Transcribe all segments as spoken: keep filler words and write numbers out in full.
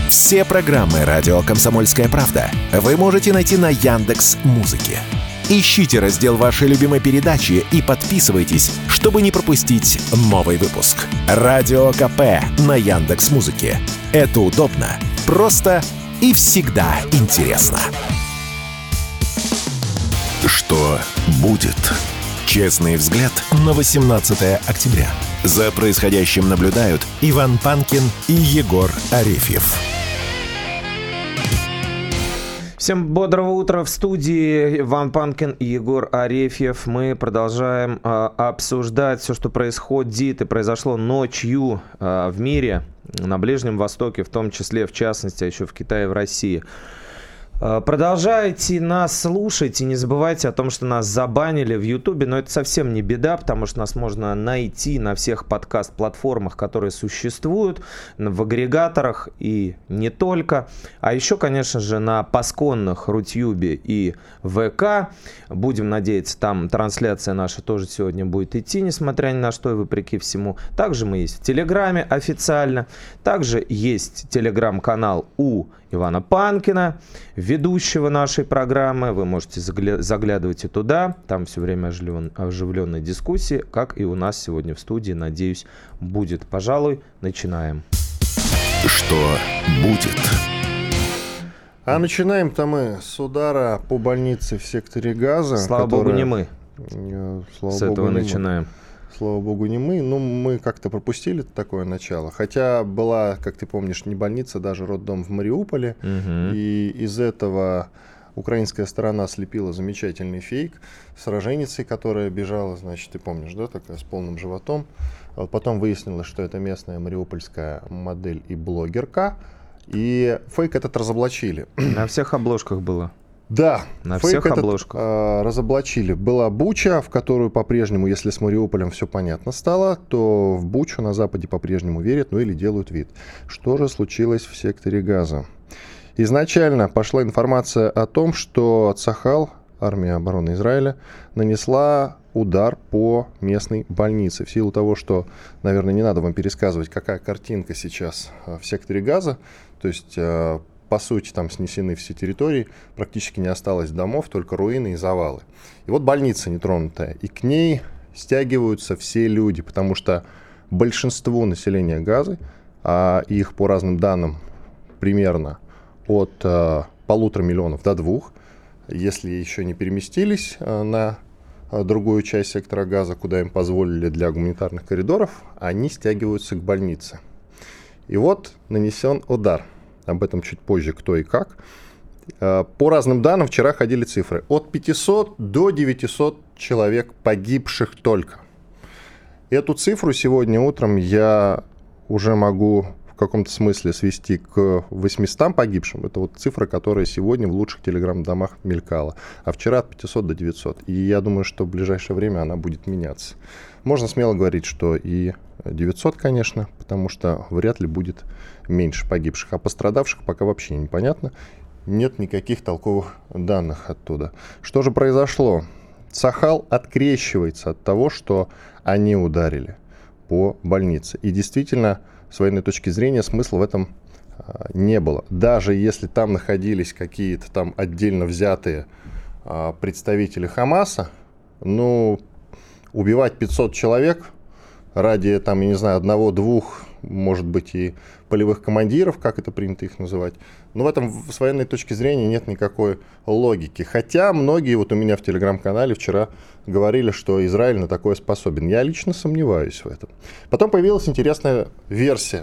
Все программы «Радио Комсомольская правда» вы можете найти на Яндекс.Музыке. Ищите раздел вашей любимой передачи и подписывайтесь, чтобы не пропустить новый выпуск. Радио КП на Яндекс.Музыке. Это удобно, просто и всегда интересно. Что будет? Честный взгляд на восемнадцатое октября. За происходящим наблюдают Иван Панкин и Егор Арефьев. Всем бодрого утра, в студии Иван Панкин и Егор Арефьев. Мы продолжаем э, обсуждать все, что происходит и произошло ночью э, в мире, на Ближнем Востоке, в том числе, в частности, еще в Китае и в России. Продолжайте нас слушать и не забывайте о том, что нас забанили в Ютубе, но это совсем не беда, потому что нас можно найти на всех подкаст-платформах, которые существуют, в агрегаторах и не только, а еще, конечно же, на пасконных Рутюбе и ВК. Будем надеяться, там трансляция наша тоже сегодня будет идти, несмотря ни на что и вопреки всему. Также мы есть в Телеграме официально, также есть Телеграм-канал у Ивана Панкина, ведущего нашей программы. Вы можете загля- заглядывать и туда. Там все время оживлен- оживленные дискуссии, как и у нас сегодня в студии, надеюсь, будет. Пожалуй, начинаем. Что будет? А начинаем-то мы с удара по больнице в секторе Газа. Слава которая... богу, не мы. Слава с богу, этого не начинаем. Мы. Слава богу, не мы. Ну, мы как-то пропустили такое начало. Хотя была, как ты помнишь, не больница, даже роддом в Мариуполе. Угу. И из этого украинская сторона слепила замечательный фейк с роженицей, которая бежала, значит, ты помнишь, да, такая с полным животом. Потом выяснилось, что это местная мариупольская модель и блогерка. И фейк этот разоблачили. На всех обложках было. Да, на фейк всех этот, обложках. Э, разоблачили. Была Буча, в которую по-прежнему, если с Мариуполем все понятно стало, то в Бучу на Западе по-прежнему верят, ну или делают вид. Что же случилось в секторе Газа? Изначально пошла информация о том, что Цахал, армия обороны Израиля, нанесла удар по местной больнице. В силу того, что, наверное, не надо вам пересказывать, какая картинка сейчас в секторе Газа, то есть... Э, По сути, там снесены все территории, практически не осталось домов, только руины и завалы. И вот больница нетронутая, и к ней стягиваются все люди, потому что большинство населения Газы, а их по разным данным примерно от а, полутора миллионов до двух, если еще не переместились а, на а, другую часть сектора Газа, куда им позволили для гуманитарных коридоров, они стягиваются к больнице. И вот нанесен удар. Об этом чуть позже, кто и как. По разным данным, вчера ходили цифры. От пятисот до девятисот человек погибших только. Эту цифру сегодня утром я уже могу в каком-то смысле свести к восьмистам погибшим. Это вот цифра, которая сегодня в лучших телеграм-домах мелькала. А вчера от пятисот до девятисот. И я думаю, что в ближайшее время она будет меняться. Можно смело говорить, что и девятьсот, конечно, потому что вряд ли будет меньше погибших. А пострадавших пока вообще непонятно. Нет никаких толковых данных оттуда. Что же произошло? Цахал открещивается от того, что они ударили по больнице. И действительно, с военной точки зрения, смысла в этом а, не было. Даже если там находились какие-то там отдельно взятые а, представители Хамаса, ну, убивать пятьсот человек ради, там, я не знаю, одного-двух, может быть, и полевых командиров, как это принято их называть. Но в этом с военной точки зрения нет никакой логики. Хотя многие вот у меня в телеграм-канале вчера говорили, что Израиль на такое способен. Я лично сомневаюсь в этом. Потом появилась интересная версия,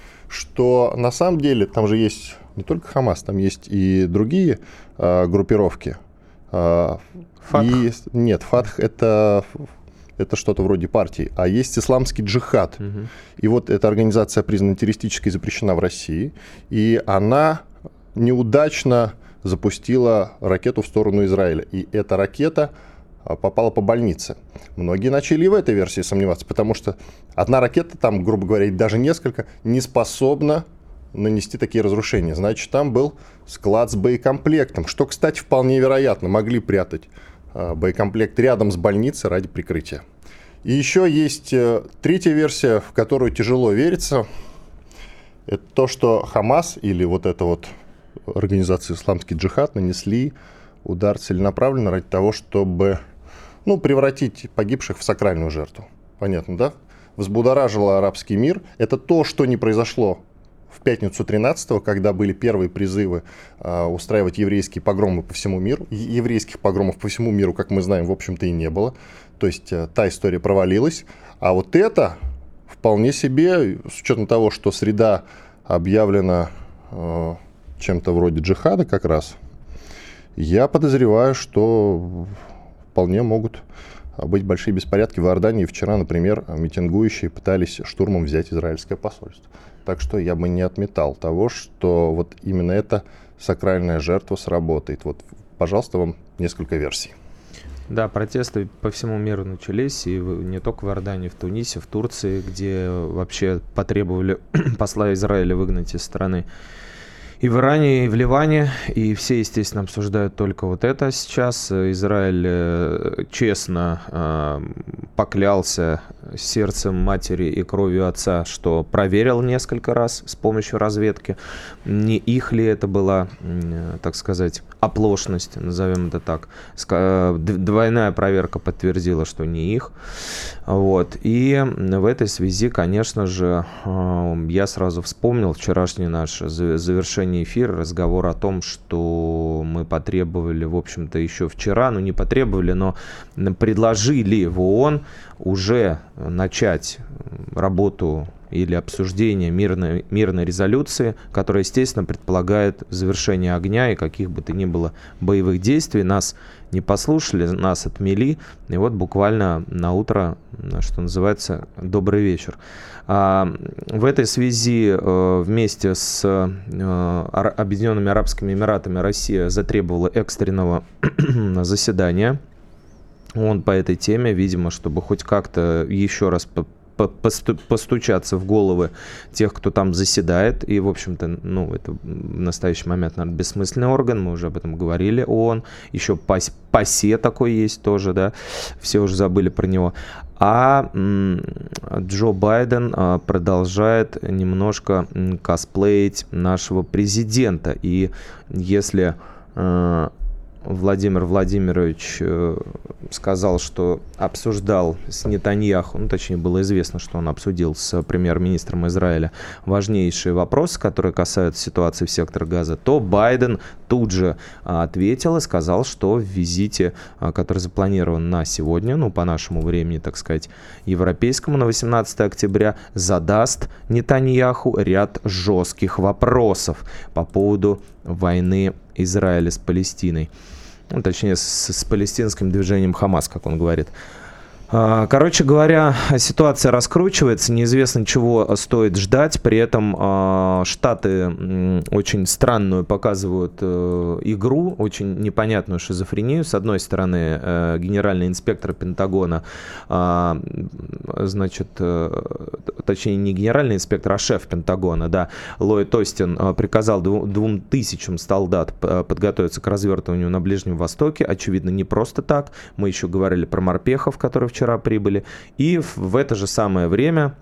что на самом деле там же есть не только Хамас, там есть и другие э, группировки. Э, Фатх? И, нет, Фатх это... Это что-то вроде партии. А есть исламский джихад. Угу. И вот эта организация признана террористической и запрещена в России. И она неудачно запустила ракету в сторону Израиля. И эта ракета попала по больнице. Многие начали и в этой версии сомневаться, потому что одна ракета, там, грубо говоря, даже несколько, не способна нанести такие разрушения. Значит, там был склад с боекомплектом, что, кстати, вполне вероятно. Могли прятать боекомплект рядом с больницей ради прикрытия. И еще есть третья версия, в которую тяжело верится. Это то, что Хамас или вот эта вот организация «Исламский джихад» нанесли удар целенаправленно ради того, чтобы, ну, превратить погибших в сакральную жертву. Понятно, да? Взбудоражило арабский мир. Это то, что не произошло в пятницу тринадцатого, когда были первые призывы э, устраивать еврейские погромы по всему миру. Еврейских погромов по всему миру, как мы знаем, в общем-то и не было. То есть э, та история провалилась. А вот это вполне себе, с учетом того, что среда объявлена э, чем-то вроде джихада как раз, я подозреваю, что вполне могут быть большие беспорядки в Иордании. Вчера, например, митингующие пытались штурмом взять израильское посольство. Так что я бы не отметал того, что вот именно эта сакральная жертва сработает. Вот, пожалуйста, вам несколько версий. Да, протесты по всему миру начались, и не только в Иордании, в Тунисе, в Турции, где вообще потребовали посла Израиля выгнать из страны. И в Иране, и в Ливане, и все, естественно, обсуждают только вот это сейчас. Израиль честно э, поклялся сердцем матери и кровью отца, что проверил несколько раз с помощью разведки, не их ли это была, э, так сказать, оплошность, назовем это так. Двойная проверка подтвердила, что не их. Вот. И в этой связи, конечно же, э, я сразу вспомнил вчерашний наш завершение эфира, разговор о том, что мы потребовали, в общем-то, еще вчера, ну не потребовали, но предложили в ООН уже начать работу или обсуждение мирной, мирной резолюции, которая, естественно, предполагает завершение огня и каких бы то ни было боевых действий. Нас не послушали, нас отмели, и вот буквально на утро, что называется, добрый вечер. В этой связи вместе с Объединенными Арабскими Эмиратами Россия затребовала экстренного заседания ООН по этой теме, видимо, чтобы хоть как-то еще раз постучаться в головы тех, кто там заседает. И, в общем-то, ну, это в настоящий момент, наверное, бессмысленный орган. Мы уже об этом говорили, ООН. Еще ПАСЕ такой есть тоже, да. Все уже забыли про него. А м- Джо Байден а, продолжает немножко м, косплеить нашего президента. И если а, Владимир Владимирович э, сказал, что обсуждал с Нетаньяху, ну, точнее, было известно, что он обсудил с премьер-министром Израиля важнейшие вопросы, которые касаются ситуации в секторе Газа, то Байден тут же а, ответил и сказал, что в визите, а, который запланирован на сегодня, ну, по нашему времени, так сказать, европейскому, на восемнадцатое октября, задаст Нетаньяху ряд жестких вопросов по поводу войны Израиля с Палестиной. Ну, точнее, с, с палестинским движением Хамас, как он говорит. Короче говоря, ситуация раскручивается, неизвестно, чего стоит ждать. При этом Штаты очень странную показывают игру, очень непонятную шизофрению. С одной стороны, генеральный инспектор Пентагона, значит, точнее, не генеральный инспектор, а шеф Пентагона, да, Ллойд Остин, приказал двум тысячам солдат подготовиться к развертыванию на Ближнем Востоке. Очевидно, не просто так. Мы еще говорили про морпехов, которые вчера вчера прибыли, и в это же самое время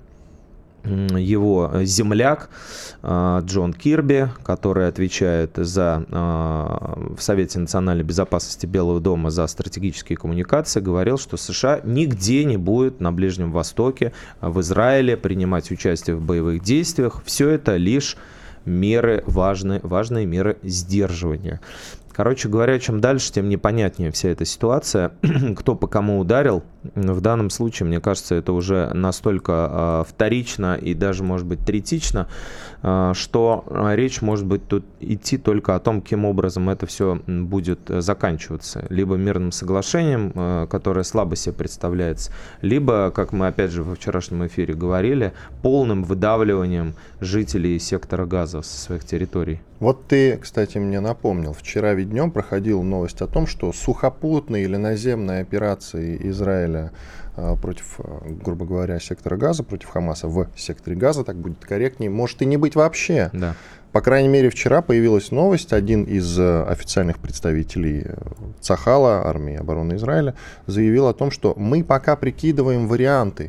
его земляк Джон Кирби, который отвечает за, в Совете национальной безопасности Белого дома за стратегические коммуникации, говорил, что США нигде не будет на Ближнем Востоке, в Израиле принимать участие в боевых действиях. Все это лишь меры важные, важные меры сдерживания. Короче говоря, чем дальше, тем непонятнее вся эта ситуация. Кто по кому ударил, в данном случае, мне кажется, это уже настолько э, вторично и даже, может быть, третично, э, что речь может быть тут идти только о том, каким образом это все будет заканчиваться. Либо мирным соглашением, э, которое слабо себе представляется, либо, как мы опять же во вчерашнем эфире говорили, полным выдавливанием жителей сектора Газа со своих территорий. Вот ты, кстати, мне напомнил, вчера ведь днем проходила новость о том, что сухопутные или наземные операции Израиля э, против, э, грубо говоря, сектора Газа, против Хамаса в секторе Газа, так будет корректнее, может и не быть вообще. Да. По крайней мере, вчера появилась новость, один из э, официальных представителей Цахала, армии обороны Израиля, заявил о том, что мы пока прикидываем варианты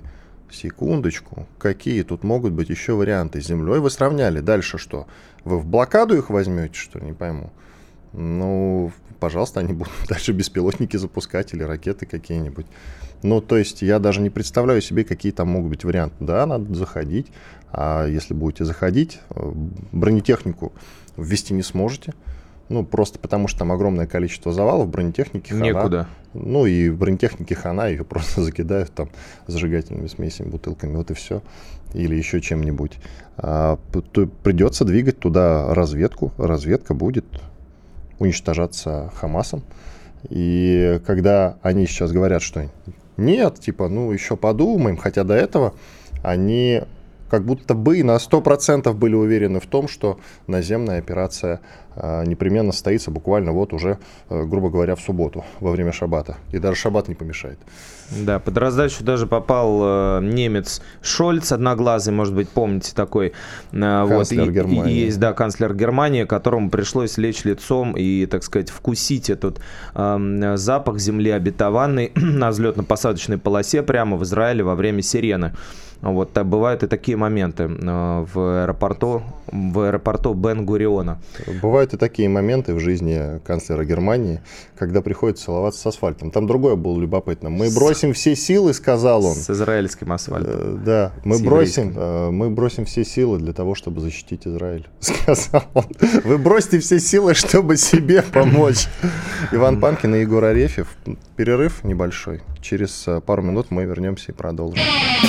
Секундочку, какие тут могут быть еще варианты? С землей вы сравняли, дальше что? Вы в блокаду их возьмете, что ли, не пойму? Ну, пожалуйста, они будут дальше беспилотники запускать или ракеты какие-нибудь. Ну, то есть я даже не представляю себе, какие там могут быть варианты. Да, надо заходить, а если будете заходить, бронетехнику ввести не сможете. Ну, просто потому что там огромное количество завалов, бронетехники хана. Некуда. Ну, и в бронетехнике хана, ее просто закидают там зажигательными смесями, бутылками, вот и все. Или еще чем-нибудь. А, то придется двигать туда разведку. Разведка будет уничтожаться Хамасом. И когда они сейчас говорят, что нет, типа, ну, еще подумаем, хотя до этого они как будто бы на сто процентов были уверены в том, что наземная операция э, непременно состоится буквально вот уже, э, грубо говоря, в субботу, во время шаббата. И даже шаббат не помешает. Да, под раздачу даже попал э, немец Шольц, одноглазый, может быть, помните такой. Э, канцлер вот, Германии. И, и есть, да, канцлер Германии, которому пришлось лечь лицом и, так сказать, вкусить этот э, запах земли обетованной на взлетно-посадочной полосе прямо в Израиле во время сирены. Вот, так, бывают и такие моменты э, в аэропорту, в аэропорту Бен-Гуриона. Бывают и такие моменты в жизни канцлера Германии, когда приходится целоваться с асфальтом. Там другое было любопытно. Мы бросим все силы, сказал он. С израильским асфальтом. Э, да, мы бросим, э, мы бросим все силы для того, чтобы защитить Израиль, сказал он. Вы бросьте все силы, чтобы себе помочь. Иван Панкин и Егор Арефьев. Перерыв небольшой. Через пару минут мы вернемся и продолжим.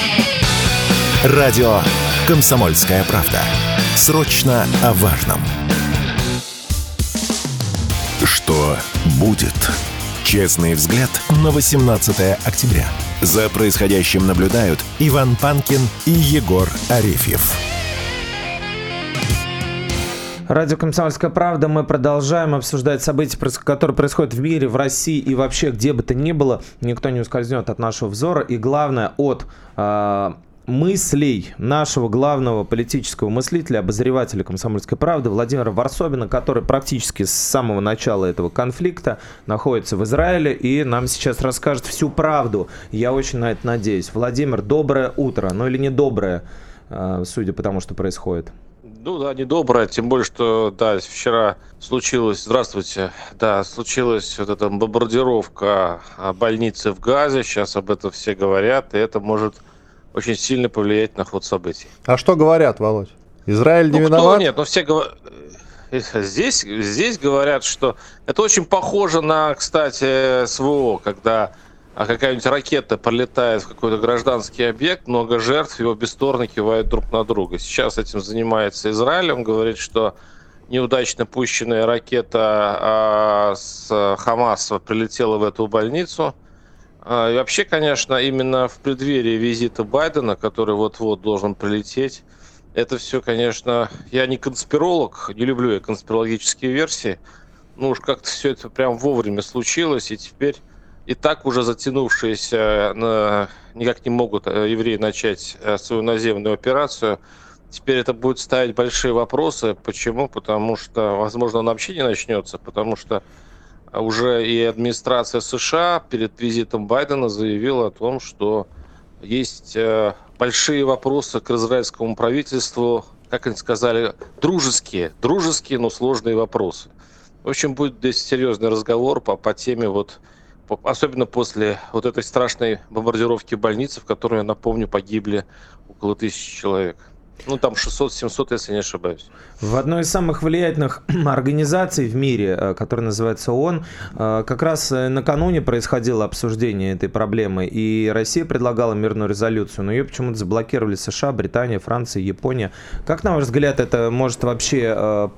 Радио «Комсомольская правда». Срочно о важном. Что будет? Честный взгляд на восемнадцатое октября. За происходящим наблюдают Иван Панкин и Егор Арефьев. Радио «Комсомольская правда». Мы продолжаем обсуждать события, которые происходят в мире, в России и вообще где бы то ни было. Никто не ускользнет от нашего взора. И главное, от э, мыслей нашего главного политического мыслителя, обозревателя «Комсомольской правды» Владимира Варсобина, который практически с самого начала этого конфликта находится в Израиле и нам сейчас расскажет всю правду. Я очень на это надеюсь. Владимир, доброе утро. Ну или не доброе, э, судя по тому, что происходит. Ну да, недоброе, тем более, что да, вчера случилось, здравствуйте, да, случилась вот эта бомбардировка больницы в Газе, сейчас об этом все говорят, и это может очень сильно повлиять на ход событий. А что говорят, Володь? Израиль не ну, виноват? Кто? Нет, но все говорят... Здесь, здесь говорят, что это очень похоже на, кстати, СВО, когда какая-нибудь ракета пролетает в какой-то гражданский объект, много жертв, его бессторно кивают друг на друга. Сейчас этим занимается Израиль. Он говорит, что неудачно пущенная ракета а, с Хамаса прилетела в эту больницу. А, и вообще, конечно, именно в преддверии визита Байдена, который вот-вот должен прилететь, это все, конечно, я не конспиролог, не люблю я конспирологические версии, но уж как-то все это прям вовремя случилось, и теперь и так уже затянувшиеся никак не могут евреи начать свою наземную операцию. Теперь это будет ставить большие вопросы. Почему? Потому что, возможно, она вообще не начнется, потому что уже и администрация США перед визитом Байдена заявила о том, что есть большие вопросы к израильскому правительству, как они сказали, дружеские, дружеские, но сложные вопросы. В общем, будет здесь серьезный разговор по, по теме, вот, по, особенно после вот этой страшной бомбардировки больницы, в которой, я напомню, погибли около тысячи человек. Ну, там шестьсот-семьсот, если не ошибаюсь. В одной из самых влиятельных организаций в мире, которая называется ООН, как раз накануне происходило обсуждение этой проблемы, и Россия предлагала мирную резолюцию, но ее почему-то заблокировали США, Британия, Франция, Япония. Как, на ваш взгляд, это может вообще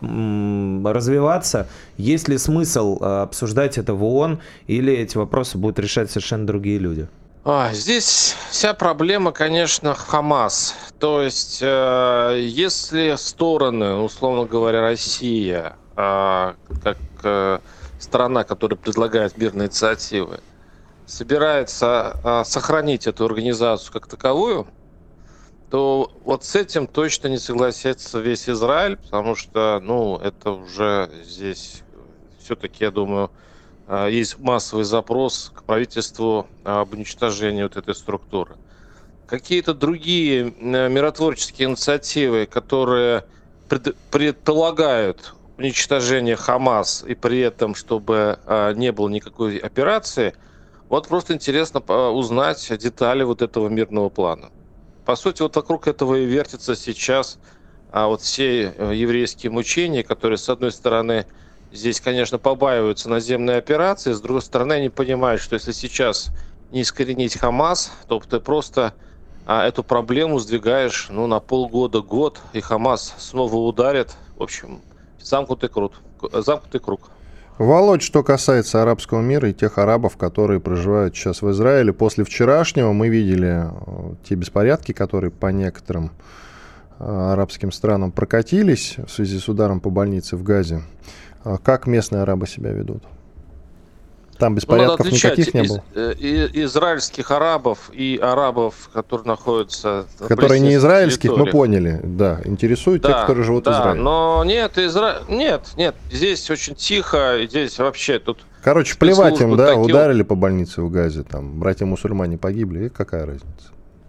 развиваться? Есть ли смысл обсуждать это в ООН, или эти вопросы будут решать совершенно другие люди? А, здесь вся проблема, конечно, Хамас. То есть, э, если стороны, условно говоря, Россия, э, как э, страна, которая предлагает мирные инициативы, собирается э, сохранить эту организацию как таковую, то вот с этим точно не согласится весь Израиль, потому что, ну, это уже здесь все-таки, я думаю, есть массовый запрос к правительству об уничтожении вот этой структуры. какие-то другие миротворческие инициативы, которые пред, предполагают уничтожение Хамас и при этом, чтобы а, не было никакой операции, вот просто интересно узнать детали вот этого мирного плана. По сути, вот вокруг этого и вертится сейчас а, вот все еврейские мучения, которые, с одной стороны, здесь, конечно, побаиваются наземной операции, с другой стороны, они понимают, что если сейчас не искоренить Хамас, то ты просто а, эту проблему сдвигаешь ну, на полгода, год, и Хамас снова ударит. В общем, замкнутый круг. Замкнутый круг. Володь, что касается арабского мира и тех арабов, которые проживают сейчас в Израиле, после вчерашнего мы видели те беспорядки, которые по некоторым арабским странам прокатились в связи с ударом по больнице в Газе. Как местные арабы себя ведут? Там беспорядков ну, никаких не было? Из, из, израильских арабов и арабов, которые находятся... Которые не израильских, территории. Мы поняли, да. Интересуют да, те, которые живут да, в Израиле. Но нет, Изра... нет, нет, здесь очень тихо, здесь вообще тут... Короче, плевать им, да, такие... ударили по больнице в Газе, там, братья-мусульмане погибли, и какая разница?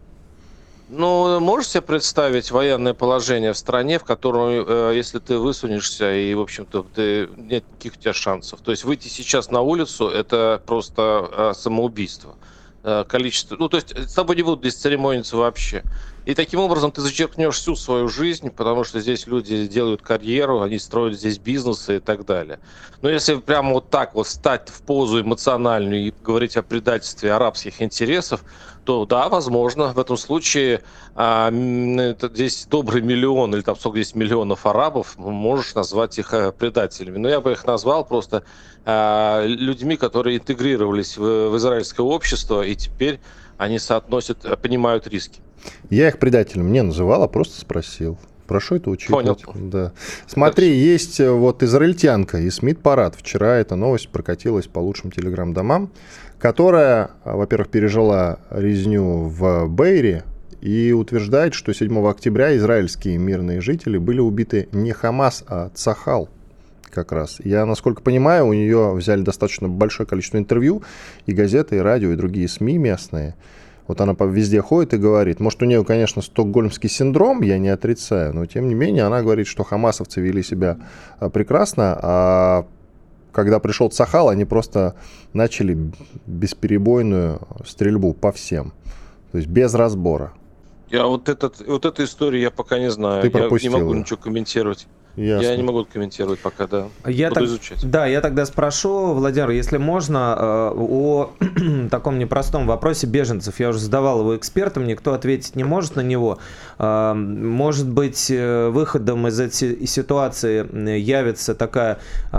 Ну, можешь себе представить военное положение в стране, в котором, э, если ты высунешься, и, в общем-то, ты, нет никаких у тебя шансов. То есть выйти сейчас на улицу – это просто э, самоубийство. Э, количество, ну, то есть с тобой не будут здесь церемониться вообще. И таким образом ты зачеркнешь всю свою жизнь, потому что здесь люди делают карьеру, они строят здесь бизнесы и так далее. Но если прямо вот так вот встать в позу эмоциональную и говорить о предательстве арабских интересов, то да, возможно, в этом случае а, это, здесь добрый миллион или там сколько здесь миллионов арабов, можешь назвать их а, предателями. Но я бы их назвал просто а, людьми, которые интегрировались в, в израильское общество, и теперь они соотносят, понимают риски. Я их предателем не называл, а просто спросил. Прошу это учитывать. Понял. Да. Смотри, Дальше. Есть вот израильтянка Исмит Парад. Вчера эта новость прокатилась по лучшим телеграм-домам, которая, во-первых, пережила резню в Бейре и утверждает, что седьмого октября израильские мирные жители были убиты не Хамас, а Цахал как раз. Я, насколько понимаю, у нее взяли достаточно большое количество интервью, и газеты, и радио, и другие СМИ местные. Вот она везде ходит и говорит, может, у нее, конечно, стокгольмский синдром, я не отрицаю, но, тем не менее, она говорит, что хамасовцы вели себя прекрасно, а когда пришел Цахал, они просто начали бесперебойную стрельбу по всем, то есть без разбора. Я вот, этот, вот эту историю я пока не знаю, Ты я не могу ее. ничего комментировать. Ясно. Я не могу комментировать пока, да. Я Буду так, изучать. Да, я тогда спрошу, Владимир, если можно, о таком непростом вопросе беженцев. Я уже задавал его экспертам, никто ответить не может на него. Может быть, выходом из этой ситуации явится такая,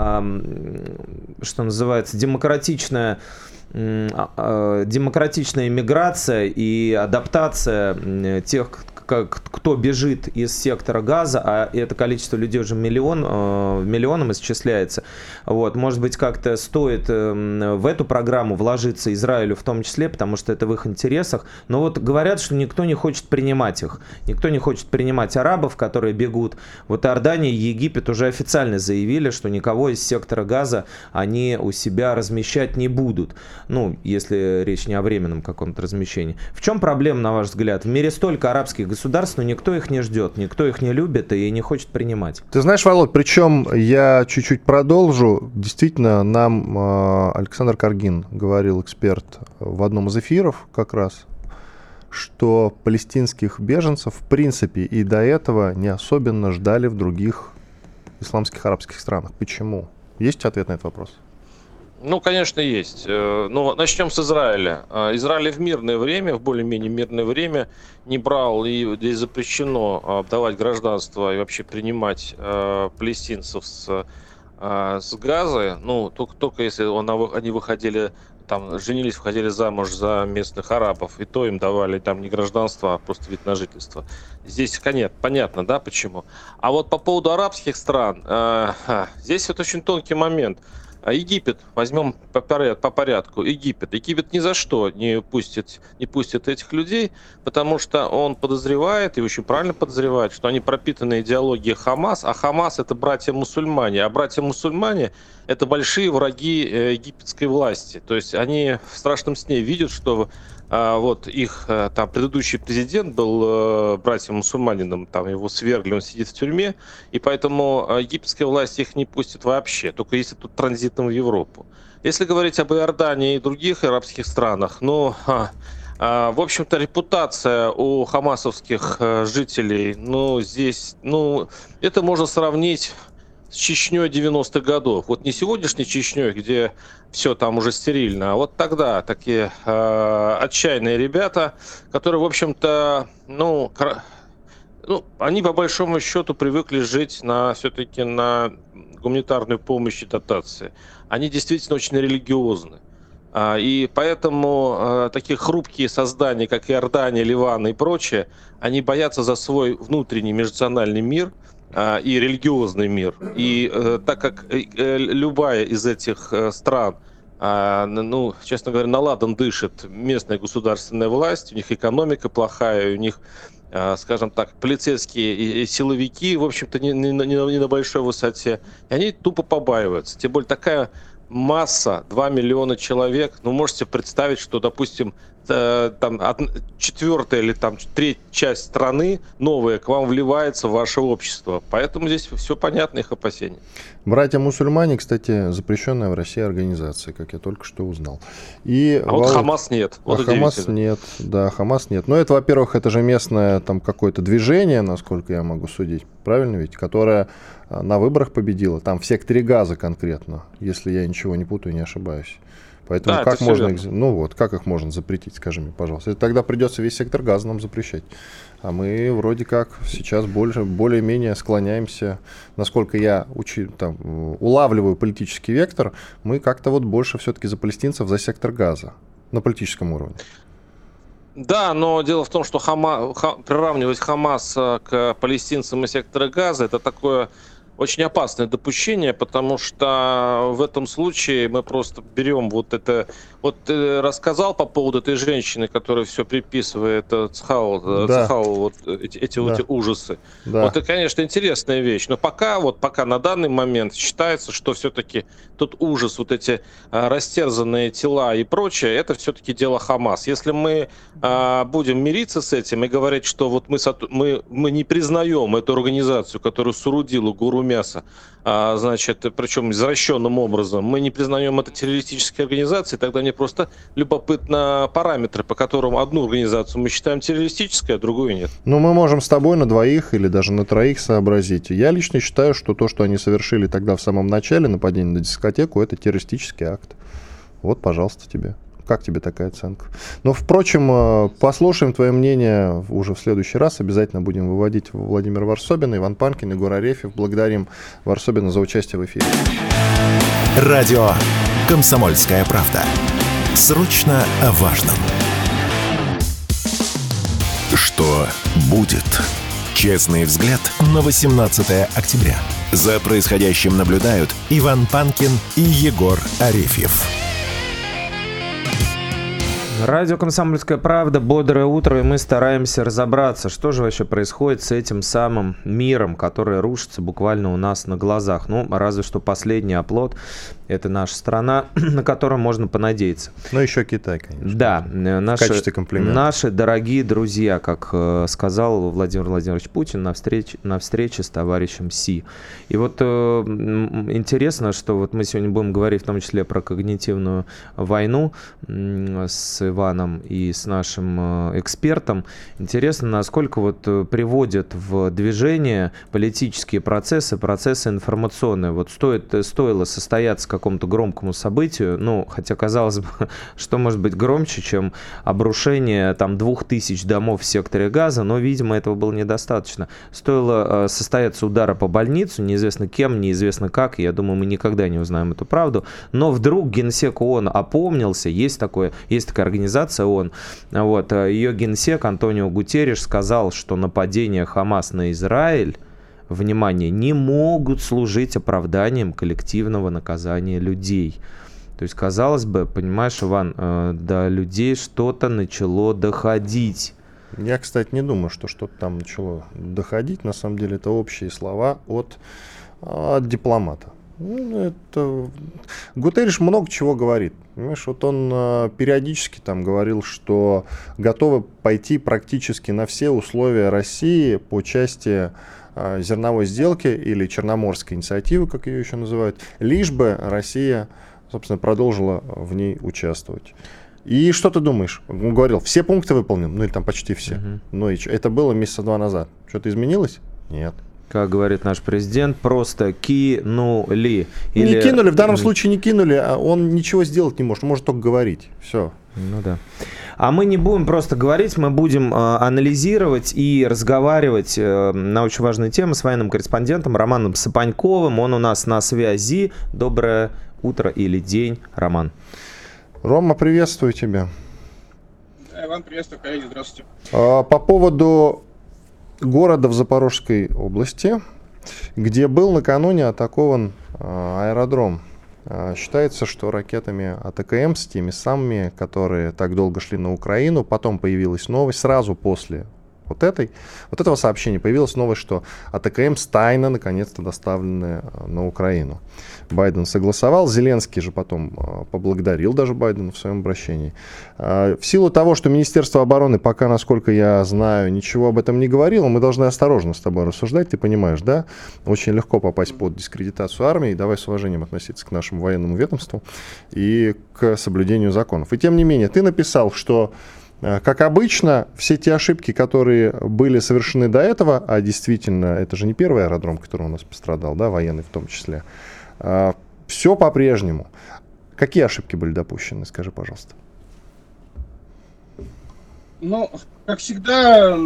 что называется, демократичная демократичная иммиграция и адаптация тех, кто бежит из сектора Газа, а это количество людей уже миллион, миллионом исчисляется. Вот, может быть, как-то стоит в эту программу вложиться Израилю в том числе, потому что это в их интересах. Но вот говорят, что никто не хочет принимать их. Никто не хочет принимать арабов, которые бегут. Вот Иордания и Египет уже официально заявили, что никого из сектора Газа они у себя размещать не будут. Ну, если речь не о временном каком-то размещении. В чем проблема, на ваш взгляд? В мире столько арабских государств, но никто их не ждет, никто их не любит и не хочет принимать. Ты знаешь, Володь, причем я чуть-чуть продолжу. Действительно, нам э, Александр Каргин говорил, эксперт, в одном из эфиров как раз, что палестинских беженцев в принципе и до этого не особенно ждали в других исламских арабских странах. Почему? Есть ответ на этот вопрос? Ну, конечно, есть. Ну, начнем с Израиля. Израиль в мирное время, в более-менее мирное время не брал и, и запрещено давать гражданство и вообще принимать э, палестинцев с, э, с Газы. Ну, только, только если он, они выходили, там, женились, выходили замуж за местных арабов, и то им давали там не гражданство, а просто вид на жительство. Здесь, конечно, понятно, да, почему. А вот по поводу арабских стран, э, здесь вот очень тонкий момент. А Египет, возьмем по порядку, по порядку, Египет. Египет ни за что не пустит, не пустит этих людей, потому что он подозревает, и очень правильно подозревает, что они пропитаны идеологией Хамас, а Хамас — это братья-мусульмане, а братья-мусульмане — это большие враги египетской власти. То есть они в страшном сне видят, что а, вот их там предыдущий президент был братьям-мусульманином, там его свергли, он сидит в тюрьме, и поэтому египетская власть их не пустит вообще, только если тут транзитом в Европу. Если говорить об Иордании и других арабских странах, ну, а, а, в общем-то, репутация у хамасовских а, жителей, ну, здесь, ну, это можно сравнить с Чечней девяностых годов. Вот не сегодняшней Чечней, где все там уже стерильно, а вот тогда такие э, отчаянные ребята, которые, в общем-то, ну, кра... ну, они по большому счету привыкли жить на все-таки на гуманитарную помощь и дотации. Они действительно очень религиозны. А, и поэтому э, такие хрупкие создания, как Иордания, Ливан и прочее, они боятся за свой внутренний межнациональный мир и религиозный мир. И э, так как э, любая из этих э, стран, э, ну, честно говоря, на ладан дышит местная государственная власть, у них экономика плохая, у них, э, скажем так, полицейские и, и силовики, в общем-то, не, не, не на большой высоте, и они тупо побаиваются. Тем более такая масса, два миллиона человек, ну, можете представить, что, допустим, там четвертая или там третья часть страны новая к вам вливается в ваше общество. Поэтому здесь все понятно, их опасения. Братья-мусульмане, кстати, запрещенная в России организация, как я только что узнал. И а вот Хамас нет. Вот а Хамас нет, да, Хамас нет. Но это, во-первых, это же местное там какое-то движение, насколько я могу судить, правильно ведь, которое на выборах победило. Там в секторе Газа конкретно, если я ничего не путаю, не ошибаюсь. Поэтому да, как можно их, ну вот, как их можно запретить, скажи мне, пожалуйста. Это тогда придется весь сектор Газа нам запрещать. А мы вроде как сейчас больше, более-менее склоняемся, насколько я учи, там, улавливаю политический вектор, мы как-то вот больше все-таки за палестинцев, за сектор Газа на политическом уровне. Да, но дело в том, что Хама, ха, приравнивать Хамас к палестинцам и сектору Газа, это такое очень опасное допущение, потому что в этом случае мы просто берем вот это... Вот ты рассказал по поводу этой женщины, которая все приписывает Цхау, да. Цхау вот эти, эти, да. эти ужасы. Да. Вот это, конечно, интересная вещь. Но пока, вот пока на данный момент считается, что все-таки тот ужас, вот эти а, растерзанные тела и прочее, это все-таки дело Хамас. Если мы а, будем мириться с этим и говорить, что вот мы, мы, мы не признаем эту организацию, которая соорудила Гуру мяса, а, значит, причем извращенным образом, мы не признаем это террористической организацией, тогда мне просто любопытно параметры, по которым одну организацию мы считаем террористической, а другую нет. Ну, мы можем с тобой на двоих или даже на троих сообразить. Я лично считаю, что то, что они совершили тогда в самом начале, нападение на дискотеку, это террористический акт. Вот, пожалуйста, тебе. Как тебе такая оценка? Но, впрочем, послушаем твое мнение уже в следующий раз. Обязательно будем выводить Владимира Варсобина, Иван Панкин, Егор Арефьев. Благодарим Варсобина за участие в эфире. Радио «Комсомольская правда». Срочно о важном. Что будет? Честный взгляд на восемнадцатое октября. За происходящим наблюдают Иван Панкин и Егор Арефьев. Радио «Комсомольская правда», бодрое утро, и мы стараемся разобраться, что же вообще происходит с этим самым миром, который рушится буквально у нас на глазах. Ну, разве что последний оплот – это наша страна, на которую можно понадеяться. Ну, еще Китай, конечно. Да, наши, в качестве комплимента. Наши дорогие друзья, как э, сказал Владимир Владимирович Путин на встрече, на встрече с товарищем Си. И вот э, интересно, что вот мы сегодня будем говорить в том числе про когнитивную войну э, с Иваном и с нашим экспертом. Интересно, насколько вот приводят в движение политические процессы, процессы информационные. Вот стоит, стоило состояться какому-то громкому событию, ну, хотя казалось бы, что может быть громче, чем обрушение там двух тысяч домов в секторе Газа, но, видимо, этого было недостаточно. Стоило состояться удара по больницу, неизвестно кем, неизвестно как, я думаю, мы никогда не узнаем эту правду, но вдруг Генсек ООН опомнился, есть такое, есть такая организация ООН, вот, ее генсек Антонио Гутерриш сказал, что нападения Хамас на Израиль, внимание, не могут служить оправданием коллективного наказания людей. То есть, казалось бы, понимаешь, Иван, до людей что-то начало доходить. Я, кстати, не думаю, что что-то там начало доходить. На самом деле, это общие слова от, от дипломата. Это... Гутерриш много чего говорит. Понимаешь, вот он э, периодически там говорил, что готовы пойти практически на все условия России по части э, зерновой сделки или Черноморской инициативы, как ее еще называют, лишь бы Россия, собственно, продолжила в ней участвовать. И что ты думаешь? Он говорил, все пункты выполнены, ну или там почти все. Uh-huh. Ну и что? Это было месяца два назад. Что-то изменилось? Нет. Как говорит наш президент, просто кинули. Или... Не кинули, в данном случае не кинули, а он ничего сделать не может, он может только говорить. Все. Ну да. А мы не будем просто говорить, мы будем э, анализировать и разговаривать э, на очень важные темы с военным корреспондентом Романом Сапаньковым. Он у нас на связи. Доброе утро или день, Роман. Рома, приветствую тебя. Да, Иван, приветствую, коллеги, здравствуйте. А, по поводу города в Запорожской области, где был накануне атакован а, аэродром. А, считается, что ракетами АТКМ с теми самыми, которые так долго шли на Украину, потом появилась новость, сразу после вот, этой, вот этого сообщения появилась новость, что АТКМ тайно наконец-то доставлены на Украину. Байден согласовал, Зеленский же потом поблагодарил даже Байдена в своем обращении. В силу того, что Министерство обороны пока, насколько я знаю, ничего об этом не говорило, мы должны осторожно с тобой рассуждать, ты понимаешь, да? Очень легко попасть под дискредитацию армии, давай с уважением относиться к нашему военному ведомству и к соблюдению законов. И тем не менее, ты написал, что как обычно, все те ошибки, которые были совершены до этого, а действительно, это же не первый аэродром, который у нас пострадал, да, военный в том числе, все по-прежнему. Какие ошибки были допущены, скажи, пожалуйста. Ну, как всегда,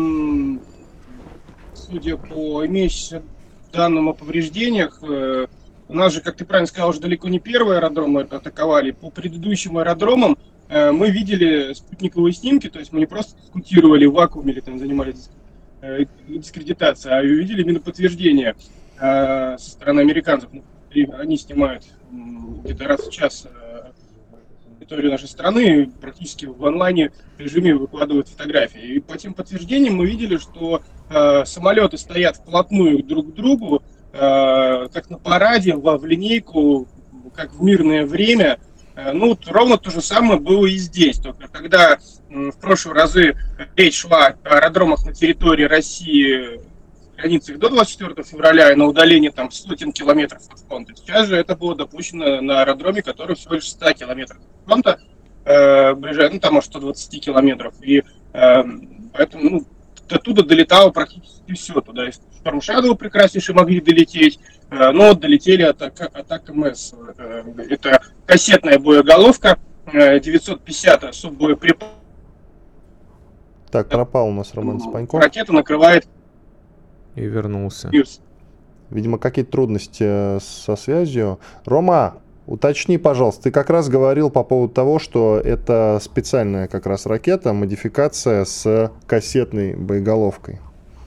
судя по имеющимся данным о повреждениях, у нас же, как ты правильно сказал, уже далеко не первый аэродром атаковали. По предыдущим аэродромам мы видели спутниковые снимки, то есть мы не просто дискутировали в вакууме или там занимались дискредитацией, а увидели именно подтверждение со стороны американцев. Они снимают где-то раз в час территорию нашей страны, и практически в онлайне режиме выкладывают фотографии. И по тем подтверждениям мы видели, что самолеты стоят вплотную друг к другу, как на параде, в линейку, как в мирное время. Ну, вот ровно то же самое было и здесь. Только когда в прошлые разы речь шла о аэродромах на территории России, границах до двадцать четвёртого февраля и на удалении там сотен километров от фронта, сейчас же это было допущено на аэродроме, который всего лишь сто километров от фронта, э, ближе, ну там может сто двадцать километров. И э, поэтому ну, оттуда долетало практически все. Туда из Storm Shadow прекраснейшие могли долететь, э, но долетели от АТАКМС. Э, это кассетная боеголовка, э, девятьсот пятьдесят суббоеприпасов. Так, пропал у нас Роман Сапаньков. Ракета накрывает. И вернулся. Видимо, какие-то трудности со связью. Рома, уточни, пожалуйста, ты как раз говорил по поводу того, что это специальная как раз ракета, модификация с кассетной боеголовкой.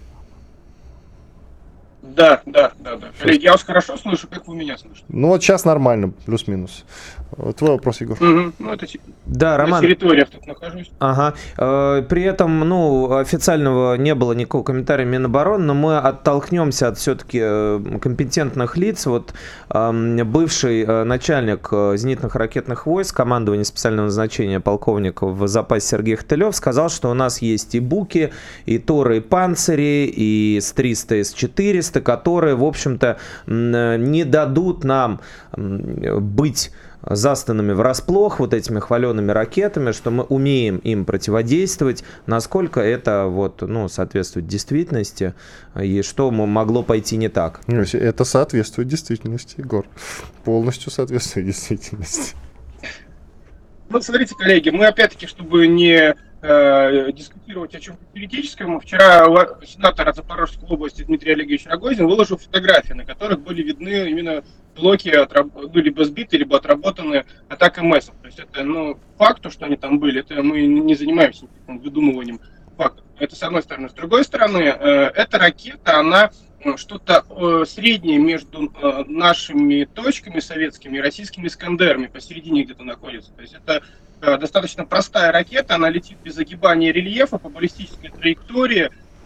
Да, да, да, да. Коллеги, я вас хорошо слышу, как вы меня слышите? Ну вот сейчас нормально, плюс-минус. Твой вопрос, Егор. Угу. Ну, это да, на Роман. территориях тут нахожусь. Ага. При этом, ну, официального не было никакого комментария Минобороны, но мы оттолкнемся от все-таки компетентных лиц. Вот бывший начальник зенитных ракетных войск, командования специального назначения, полковник в запасе Сергей Хтылев сказал, что у нас есть и Буки, и Торы, и Панцири, и эс триста, и эс четыреста, которые, в общем-то, не дадут нам быть застанными врасплох вот этими хваленными ракетами, что мы умеем им противодействовать, насколько это вот, ну, соответствует действительности и что могло пойти не так. Это соответствует действительности, Егор. Полностью соответствует действительности. Ну, смотрите, коллеги, мы опять-таки, чтобы не э, дискутировать о чем-то теоретическом, вчера сенатор от Запорожской области Дмитрий Олегович Рогозин выложил фотографии, на которых были видны именно блоки, отраб... ну, либо сбиты, либо отработаны АТАКМС. То есть это, ну, факт, что они там были, это мы не занимаемся выдумыванием фактов. Это с одной стороны. С другой стороны, э, эта ракета, она что-то э, среднее между э, нашими точками советскими и российскими Искандерами, посередине где-то находится. То есть это э, достаточно простая ракета, она летит без огибания рельефа по баллистической траектории,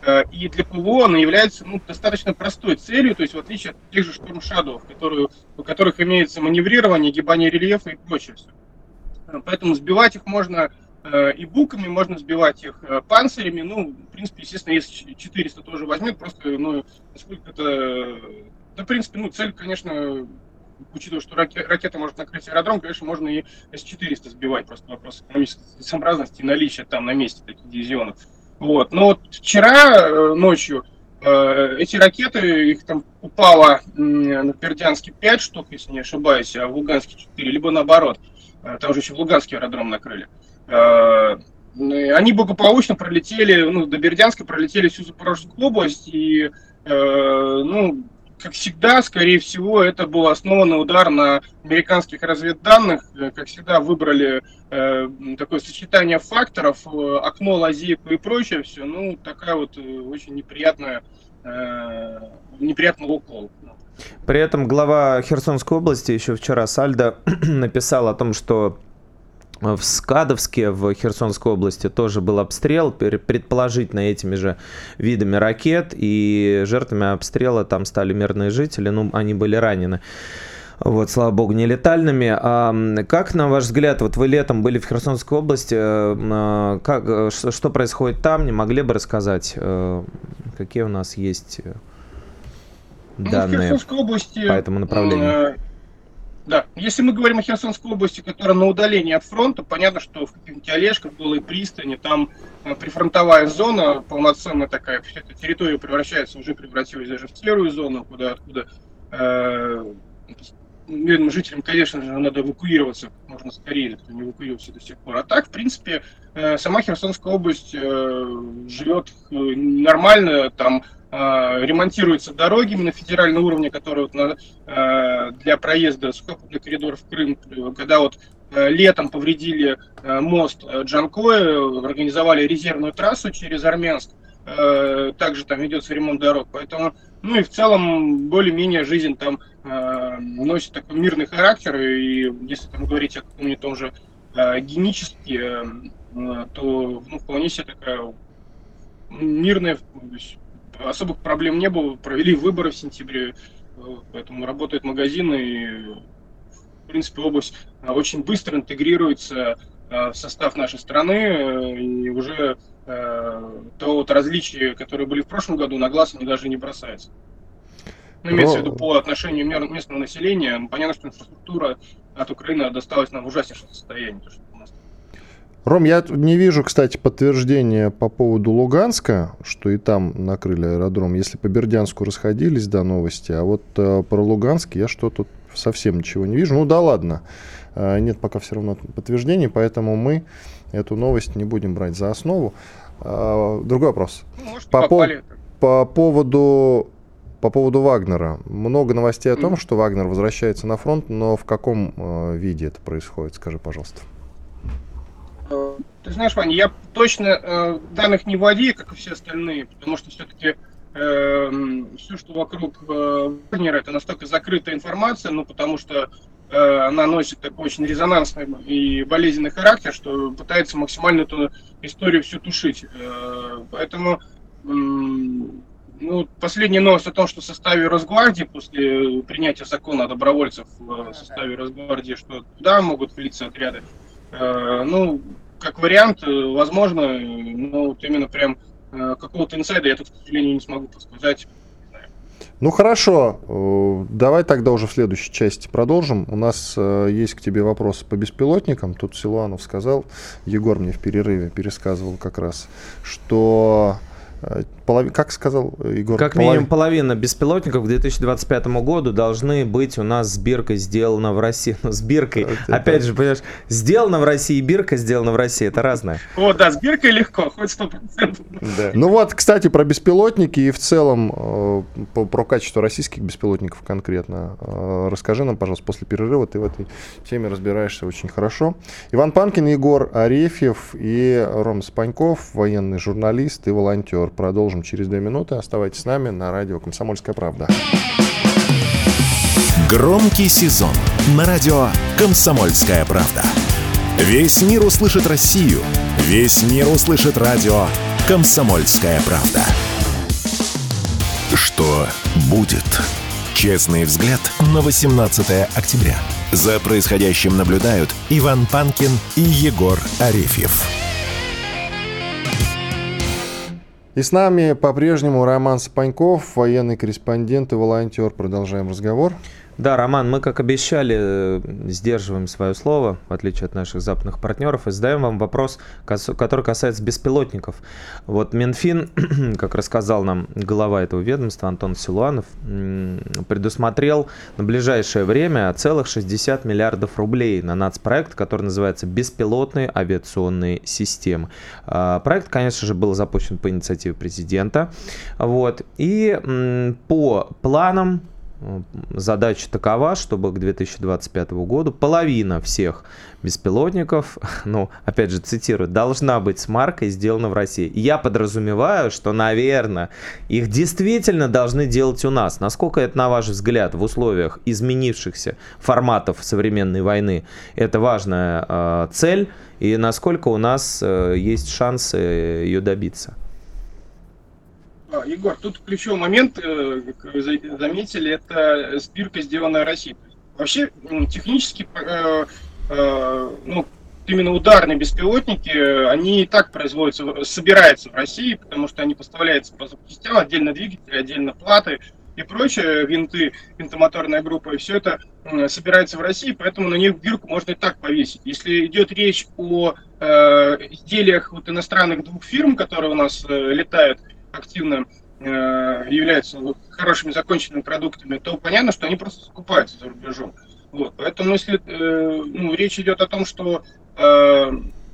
И для ПВО она является ну, достаточно простой целью, то есть в отличие от тех же Storm Shadow, которые, у которых имеется маневрирование, гибание рельефа и прочее. Поэтому сбивать их можно и буками, можно сбивать их панцирями. Ну, в принципе, естественно, если четыреста тоже возьмет, просто, ну, насколько это... Да, в принципе, ну, цель, конечно, учитывая, что ракета, ракета может накрыть аэродром, конечно, можно и эс четыреста сбивать. Просто вопрос экономической целесообразности и наличия там на месте таких дивизионов. Вот. Но вот вчера ночью э, эти ракеты, их там упало э, на Бердянске пять штук, если не ошибаюсь, а в Луганске четыре, либо наоборот. Э, там же еще в Луганский аэродром накрыли. Э, они благополучно пролетели, ну, до Бердянска пролетели всю Запорожскую область, и, э, ну, как всегда, скорее всего, это был основанный удар на американских разведданных. Как всегда, выбрали э, такое сочетание факторов, э, окно, лазейку и прочее все. Ну, такая вот э, очень неприятная, э, неприятный укол. При этом глава Херсонской области еще вчера Сальдо написал о том, что в Скадовске, в Херсонской области, тоже был обстрел, предположительно этими же видами ракет, и жертвами обстрела там стали мирные жители, ну, они были ранены. Вот, слава богу, не летальными. А как, на ваш взгляд, вот вы летом были в Херсонской области, как, что происходит там, не могли бы рассказать, какие у нас есть данные ну, области, по этому направлению? Да, если мы говорим о Херсонской области, которая на удалении от фронта, понятно, что в каких-нибудь Олежках, Голой пристани, там э, прифронтовая зона, полноценная такая, вся эта территория превращается, уже превратилась даже в серую зону, куда, откуда э, мирным жителям, конечно же, надо эвакуироваться как можно скорее, кто не эвакуировался до сих пор. А так, в принципе, э, сама Херсонская область э, живет э, нормально, там ремонтируются дороги на федеральном уровне, которые вот на, для проезда сухопутных коридоров в Крым, когда вот летом повредили мост Джанкоя, организовали резервную трассу через Армянск, также там ведется ремонт дорог, поэтому, ну и в целом более-менее жизнь там носит такой мирный характер, и если там говорить о каком-нибудь том же генически, то ну, вполне себе такая мирная. Особых проблем не было, провели выборы в сентябре, поэтому работают магазины, и, в принципе, область очень быстро интегрируется в состав нашей страны, и уже то вот различия, которые были в прошлом году, на глаз они даже не бросаются. Ну, имеется в виду по отношению местного населения, понятно, что инфраструктура от Украины досталась нам в ужаснейшем состоянии. Ром, я не вижу, кстати, подтверждения по поводу Луганска, что и там накрыли аэродром. Если по Бердянску расходились, да, новости, а вот э, про Луганск я что-то совсем ничего не вижу. Ну да ладно, э, нет пока все равно подтверждений, поэтому мы эту новость не будем брать за основу. Э, другой вопрос. Ну, может, по, по, по, поводу, по поводу Вагнера. Много новостей о том, mm. что Вагнер возвращается на фронт, но в каком э, виде это происходит? Скажи, пожалуйста. Ты знаешь, Ваня, я точно э, данных не владею, как и все остальные, потому что все-таки э, все, что вокруг э, Вагнера, это настолько закрытая информация, ну, потому что э, она носит такой очень резонансный и болезненный характер, что пытается максимально эту историю всю тушить. Э, поэтому э, ну, последняя новость о том, что в составе Росгвардии, после принятия закона о добровольцев в составе Росгвардии, что туда могут влиться отряды, ну, как вариант, возможно, но вот именно прям какого-то инсайда я тут, к сожалению, не смогу подсказать. Ну хорошо, давай тогда уже в следующей части продолжим. У нас есть к тебе вопросы по беспилотникам. Тут Силуанов сказал, Егор мне в перерыве пересказывал как раз, что... Полов... Как сказал Егор? Как минимум Полов... половина беспилотников к две тысячи двадцать пятому году должны быть у нас с биркой сделано в России. Ну, с биркой, это опять это... же, понимаешь, сделано в России, бирка сделана в России, это разное. О, да, с биркой легко, хоть сто процентов. Да. Ну вот, кстати, про беспилотники и в целом э, про качество российских беспилотников конкретно. Э, расскажи нам, пожалуйста, после перерыва, ты в этой теме разбираешься очень хорошо. Иван Панкин, Егор Арефьев и Ром Спаньков, военный журналист и волонтер. Продолжим через две минуты. Оставайтесь с нами на радио «Комсомольская правда». Громкий сезон на радио «Комсомольская правда». Весь мир услышит Россию. Весь мир услышит радио «Комсомольская правда». что будет. Честный взгляд на восемнадцатое октября. За происходящим наблюдают Иван Панкин и Егор Арефьев. И с нами по-прежнему Роман Сапаньков, военный корреспондент и волонтер. Продолжаем разговор. Да, Роман, мы, как обещали, сдерживаем свое слово, в отличие от наших западных партнеров, и задаем вам вопрос, который касается беспилотников. Вот Минфин, как рассказал нам глава этого ведомства Антон Силуанов, предусмотрел на ближайшее время целых шестьдесят миллиардов рублей на нацпроект, который называется «Беспилотные авиационные системы». Проект, конечно же, был запущен по инициативе президента. Вот, и по планам задача такова, чтобы к две тысячи двадцать пятому году половина всех беспилотников, ну, опять же, цитирую, должна быть с маркой сделана в России. Я подразумеваю, что, наверное, их действительно должны делать у нас. Насколько это, на ваш взгляд, в условиях изменившихся форматов современной войны, это важная э, цель, и насколько у нас э, есть шансы ее добиться? Егор, тут ключевой момент, как вы заметили, это сбирка, сделанная в России. Вообще, технически, ну, именно ударные беспилотники, они и так производятся, собираются в России, потому что они поставляются по запчастям, отдельно двигатели, отдельно платы и прочее, винты, винтомоторная группа, и все это собирается в России, поэтому на них бирку можно и так повесить. Если идет речь о э, изделиях вот иностранных двух фирм, которые у нас э, летают, активно э, являются вот, хорошими законченными продуктами, то понятно, что они просто закупаются за рубежом. Вот. Поэтому если э, ну, речь идет о том, что э,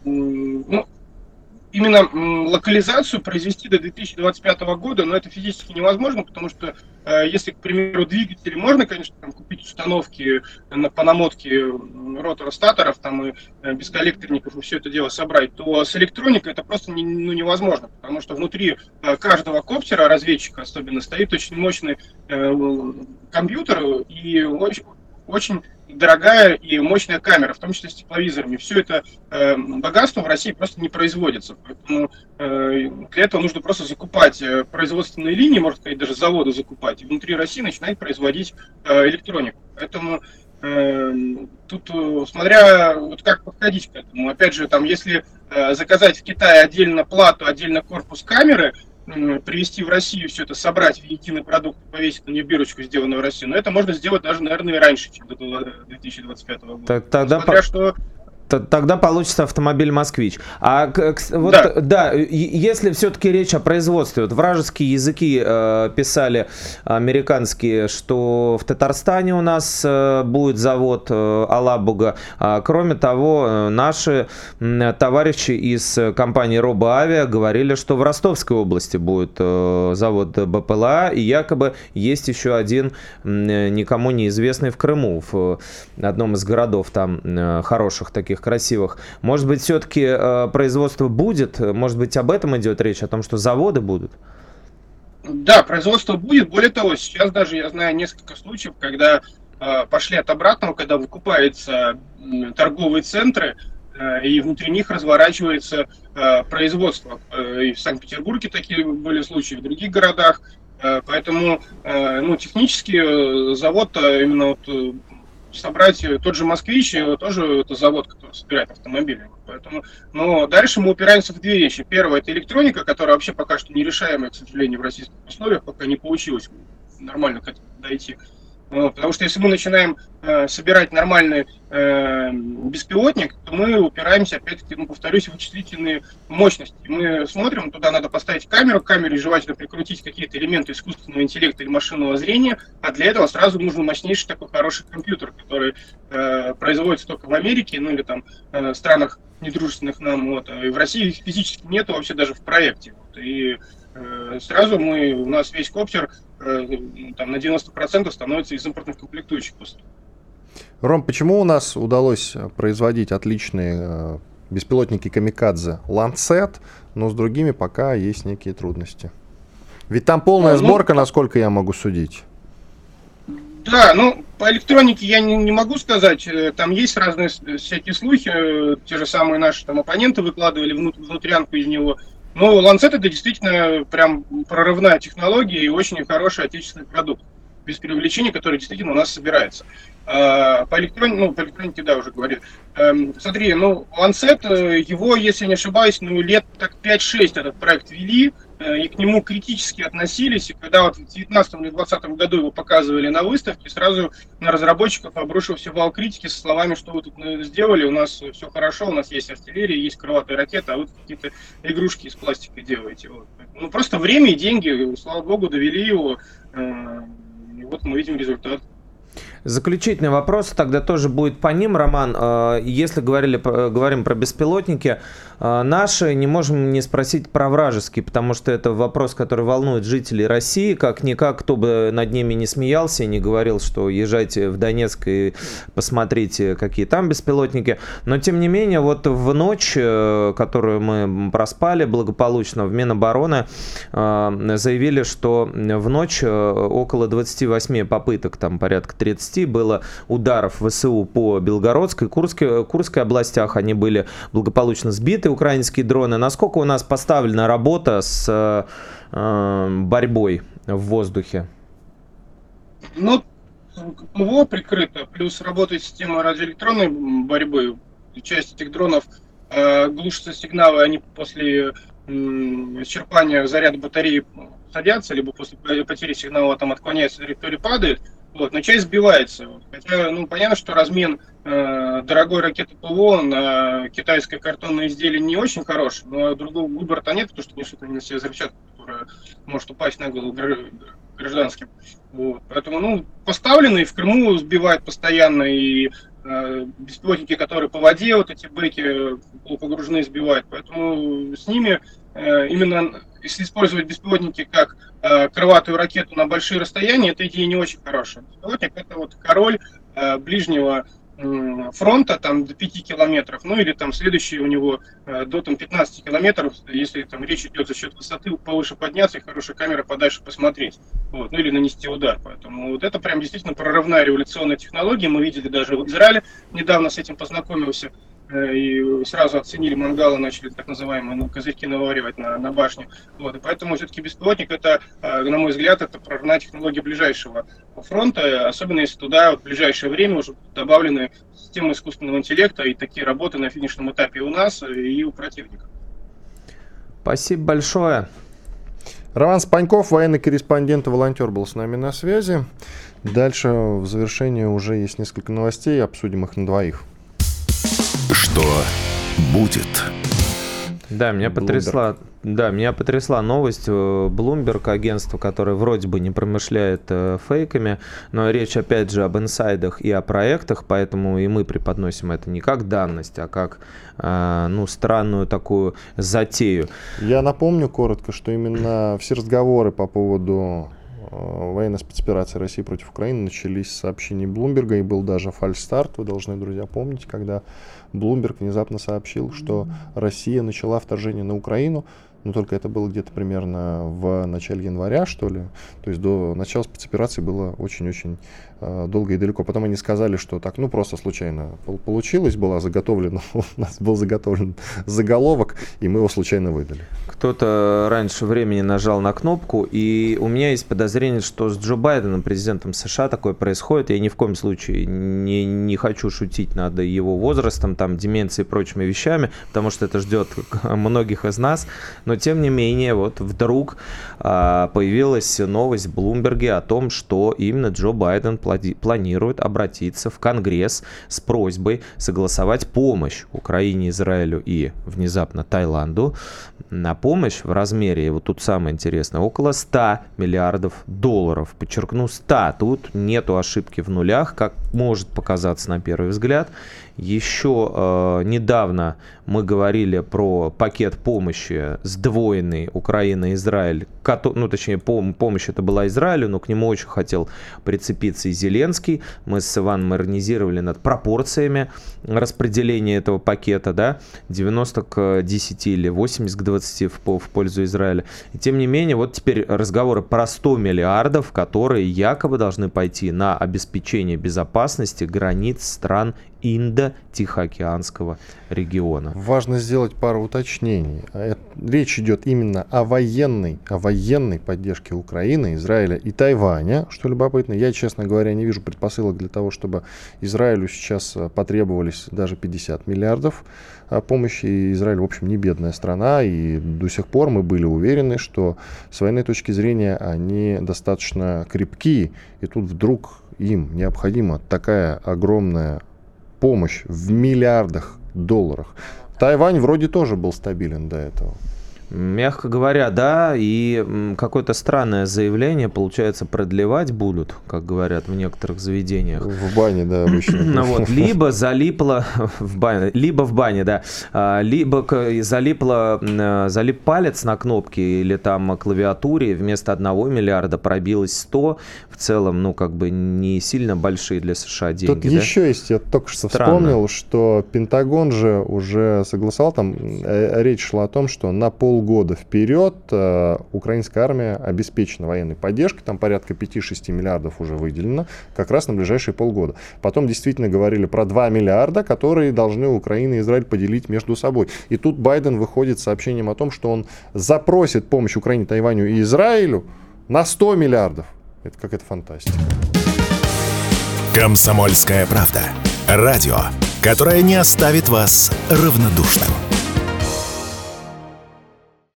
ну, именно м, локализацию произвести до две тысячи двадцать пятого года, но это физически невозможно, потому что э, если, к примеру, двигатели можно, конечно, там, купить установки на, по намотке ротора-статоров там, и э, без коллекторников и все это дело собрать, то с электроникой это просто не, ну, невозможно, потому что внутри э, каждого коптера, разведчика особенно, стоит очень мощный э, компьютер и очень, очень дорогая и мощная камера, в том числе с тепловизорами. Все это э, богатство в России просто не производится. Поэтому э, для этого нужно просто закупать э, производственные линии, можно сказать, даже заводы закупать, и внутри России начинать производить э, электронику. Поэтому э, тут, э, смотря вот как подходить к этому, опять же, там, если э, заказать в Китае отдельно плату, отдельно корпус камеры, привезти в Россию все это, собрать в единый продукт, повесить на нее бирочку, сделанную в России. Но это можно сделать даже, наверное, и раньше, чем до две тысячи двадцать пятого года. Так, тогда Несмотря, по... что... Тогда получится автомобиль «Москвич». А вот, да. да, если все-таки речь о производстве, вот вражеские языки э, писали американские, что в Татарстане у нас э, будет завод э, Алабуга. А, кроме того, наши э, товарищи из компании «Робоавиа» говорили, что в Ростовской области будет э, завод БПЛА, и якобы есть еще один э, никому неизвестный в Крыму, в одном из городов там э, хороших таких, красивых. Может быть, все-таки э, производство будет? Может быть, об этом идет речь, о том, что заводы будут? Да, производство будет. Более того, сейчас даже я знаю несколько случаев, когда э, пошли от обратного, когда выкупаются э, торговые центры, э, и внутри них разворачивается э, производство. Э, и в Санкт-Петербурге такие были случаи, в других городах. Э, поэтому э, ну, технически э, завод именно вот, э, собрать тот же «Москвич», тоже это завод, который собирает автомобили. Поэтому, но дальше мы упираемся в две вещи. Первое – это электроника, которая вообще пока что нерешаемая, к сожалению, в российских условиях, пока не получилось нормально к этому дойти. Вот, потому что если мы начинаем э, собирать нормальный э, беспилотник, то мы упираемся, опять-таки, ну, повторюсь, в вычислительные мощности. Мы смотрим, туда надо поставить камеру, к камере желательно прикрутить какие-то элементы искусственного интеллекта или машинного зрения, а для этого сразу нужен мощнейший такой хороший компьютер, который э, производится только в Америке, ну или там э, странах недружественных нам, вот, и в России их физически нету вообще даже в проекте. Вот, и э, сразу мы, у нас весь коптер там, на девяносто процентов становится из импортных комплектующих после. Ром, почему у нас удалось производить отличные беспилотники «Камикадзе» Lancet, но с другими пока есть некие трудности? Ведь там полная ну, сборка, насколько я могу судить. Да, ну, по электронике я не, не могу сказать. Там есть разные всякие слухи. Те же самые наши там оппоненты выкладывали внут, внутрянку из него. Ну, Lancet это действительно прям прорывная технология и очень хороший отечественный продукт, без преувеличения, который действительно у нас собирается. А, по, электрони... ну, по электронике, да, уже говорили. Эм, смотри, ну, Lancet, его, если не ошибаюсь, ну, лет так пять-шесть этот проект вели, и к нему критически относились, и когда вот в девятнадцатом или двадцатом году его показывали на выставке, сразу на разработчиков обрушился вал критики со словами, что вы тут сделали, у нас все хорошо, у нас есть артиллерия, есть крылатые ракеты, а вы какие-то игрушки из пластика делаете. Вот. Ну, просто время и деньги, слава богу, довели его, и вот мы видим результат. Заключительный вопрос тогда тоже будет по ним, Роман. Если говорили, говорим про беспилотники, наши, не можем не спросить про вражеские, потому что это вопрос, который волнует жителей России. Как-никак, кто бы над ними не смеялся и не говорил, что езжайте в Донецк и посмотрите, какие там беспилотники. Но, тем не менее, вот в ночь, которую мы проспали благополучно, в Минобороны заявили, что в ночь около двадцати восьми попыток, там порядка тридцати, было ударов ВСУ по Белгородской, Курской, Курской областях. Они были благополучно сбиты, украинские дроны. Насколько у нас поставлена работа с э, борьбой в воздухе? Ну, ПВО прикрыто, плюс работает система радиоэлектронной борьбы. Часть этих дронов э, глушатся сигналы, они после э, исчерпания заряда батареи садятся, либо после потери сигнала там отклоняются, траектория падает. Вот, но часть сбивается. Хотя, ну, понятно, что размен э, дорогой ракеты ПВО на китайское картонное изделие не очень хороший, но другого выбора-то нет, потому что несут они на себе взрывчатку, которая может упасть на голову гражданским. Вот. Поэтому, ну, поставлены, и в Крыму сбивают постоянно, и э, беспилотники, которые по воде, вот эти бэки полупогруженные сбивают. Поэтому с ними э, именно, если использовать беспилотники как э, крылатую ракету на большие расстояния, эта идея не очень хорошая. Беспилотник — это вот король э, ближнего э, фронта, там до пяти километров, ну или там следующий у него э, до там, пятнадцати километров, если там речь идет за счет высоты, повыше подняться и хорошая камера подальше посмотреть, вот, ну или нанести удар. Поэтому вот это прям действительно прорывная революционная технология. Мы видели даже в Израиле, недавно с этим познакомился, и сразу оценили мангалы, начали так называемые ну, козырьки наваривать на, на башне. Вот. И поэтому все-таки беспилотник, это, на мой взгляд, это прорывная технология ближайшего фронта, особенно если туда в ближайшее время уже добавлены системы искусственного интеллекта и такие работы на финишном этапе и у нас, и у противника. Спасибо большое. Роман Спаньков, военный корреспондент и волонтер, был с нами на связи. Дальше в завершении уже есть несколько новостей, обсудим их на двоих. Что будет? Да, меня потрясла, да, меня потрясла новость. Bloomberg, агентство, которое вроде бы не промышляет э, фейками, но речь опять же об инсайдах и о проектах, поэтому и мы преподносим это не как данность, а как э, ну, странную такую затею. Я напомню коротко, что именно все разговоры по поводу военной спецоперации России против Украины начались с сообщений Блумберга, и был даже фальстарт, вы должны, друзья, помнить, когда Блумберг внезапно сообщил, что Россия начала вторжение на Украину, но только это было где-то примерно в начале января, что ли, то есть до начала спецоперации было очень-очень э, долго и далеко. Потом они сказали, что так, ну просто случайно получилось, была заготовлена, у нас был заготовлен заголовок, и мы его случайно выдали. Кто-то раньше времени нажал на кнопку, и у меня есть подозрение, что с Джо Байденом, президентом США, такое происходит. Я ни в коем случае не, не хочу шутить над его возрастом, там, деменцией и прочими вещами, потому что это ждет многих из нас. Но тем не менее, вот вдруг а, появилась новость в Блумберге о том, что именно Джо Байден плади, планирует обратиться в Конгресс с просьбой согласовать помощь Украине, Израилю и внезапно Таиланду на помощь в размере, и вот тут самое интересное, около ста миллиардов долларов. Подчеркну, сто. Тут нету ошибки в нулях, как может показаться на первый взгляд. Еще э, недавно мы говорили про пакет помощи сдвоенный Украина-Израиль, ну, точнее, помощь это была Израилю, но к нему очень хотел прицепиться и Зеленский. Мы с Иваном иронизировали над пропорциями распределения этого пакета, да, девяносто к десяти или восемьдесят к двадцати в, в пользу Израиля. И тем не менее, вот теперь разговоры про сто миллиардов, которые якобы должны пойти на обеспечение безопасности границ стран Индо-Тихоокеанского региона. Важно сделать пару уточнений. Речь идет именно о военной, о военной поддержке Украины, Израиля и Тайваня, что любопытно. Я, честно говоря, не вижу предпосылок для того, чтобы Израилю сейчас потребовались даже пятьдесят миллиардов помощи. И Израиль, в общем, не бедная страна, и до сих пор мы были уверены, что с военной точки зрения они достаточно крепки, и тут вдруг им необходима такая огромная помощь в миллиардах долларов. Тайвань вроде тоже был стабилен до этого. Мягко говоря, да, и какое-то странное заявление, получается, продлевать будут, как говорят в некоторых заведениях. В бане, да, обычно. Ну вот, либо залипло в бане, либо в бане, да, либо залипло, залип палец на кнопке или там клавиатуре, вместо одного миллиарда пробилось сто, в целом, ну, как бы не сильно большие для США деньги. Тут да? еще есть, я только что Странно. вспомнил, что Пентагон же уже согласовал, там речь шла о том, что на пол года вперед э, украинская армия обеспечена военной поддержкой, там порядка пять-шесть миллиардов уже выделено, как раз на ближайшие полгода. Потом действительно говорили про два миллиарда, которые должны Украина и Израиль поделить между собой. И тут Байден выходит с сообщением о том, что он запросит помощь Украине, Тайваню и Израилю на сто миллиардов. Это какая-то фантастика. «Комсомольская правда». Радио, которое не оставит вас равнодушным.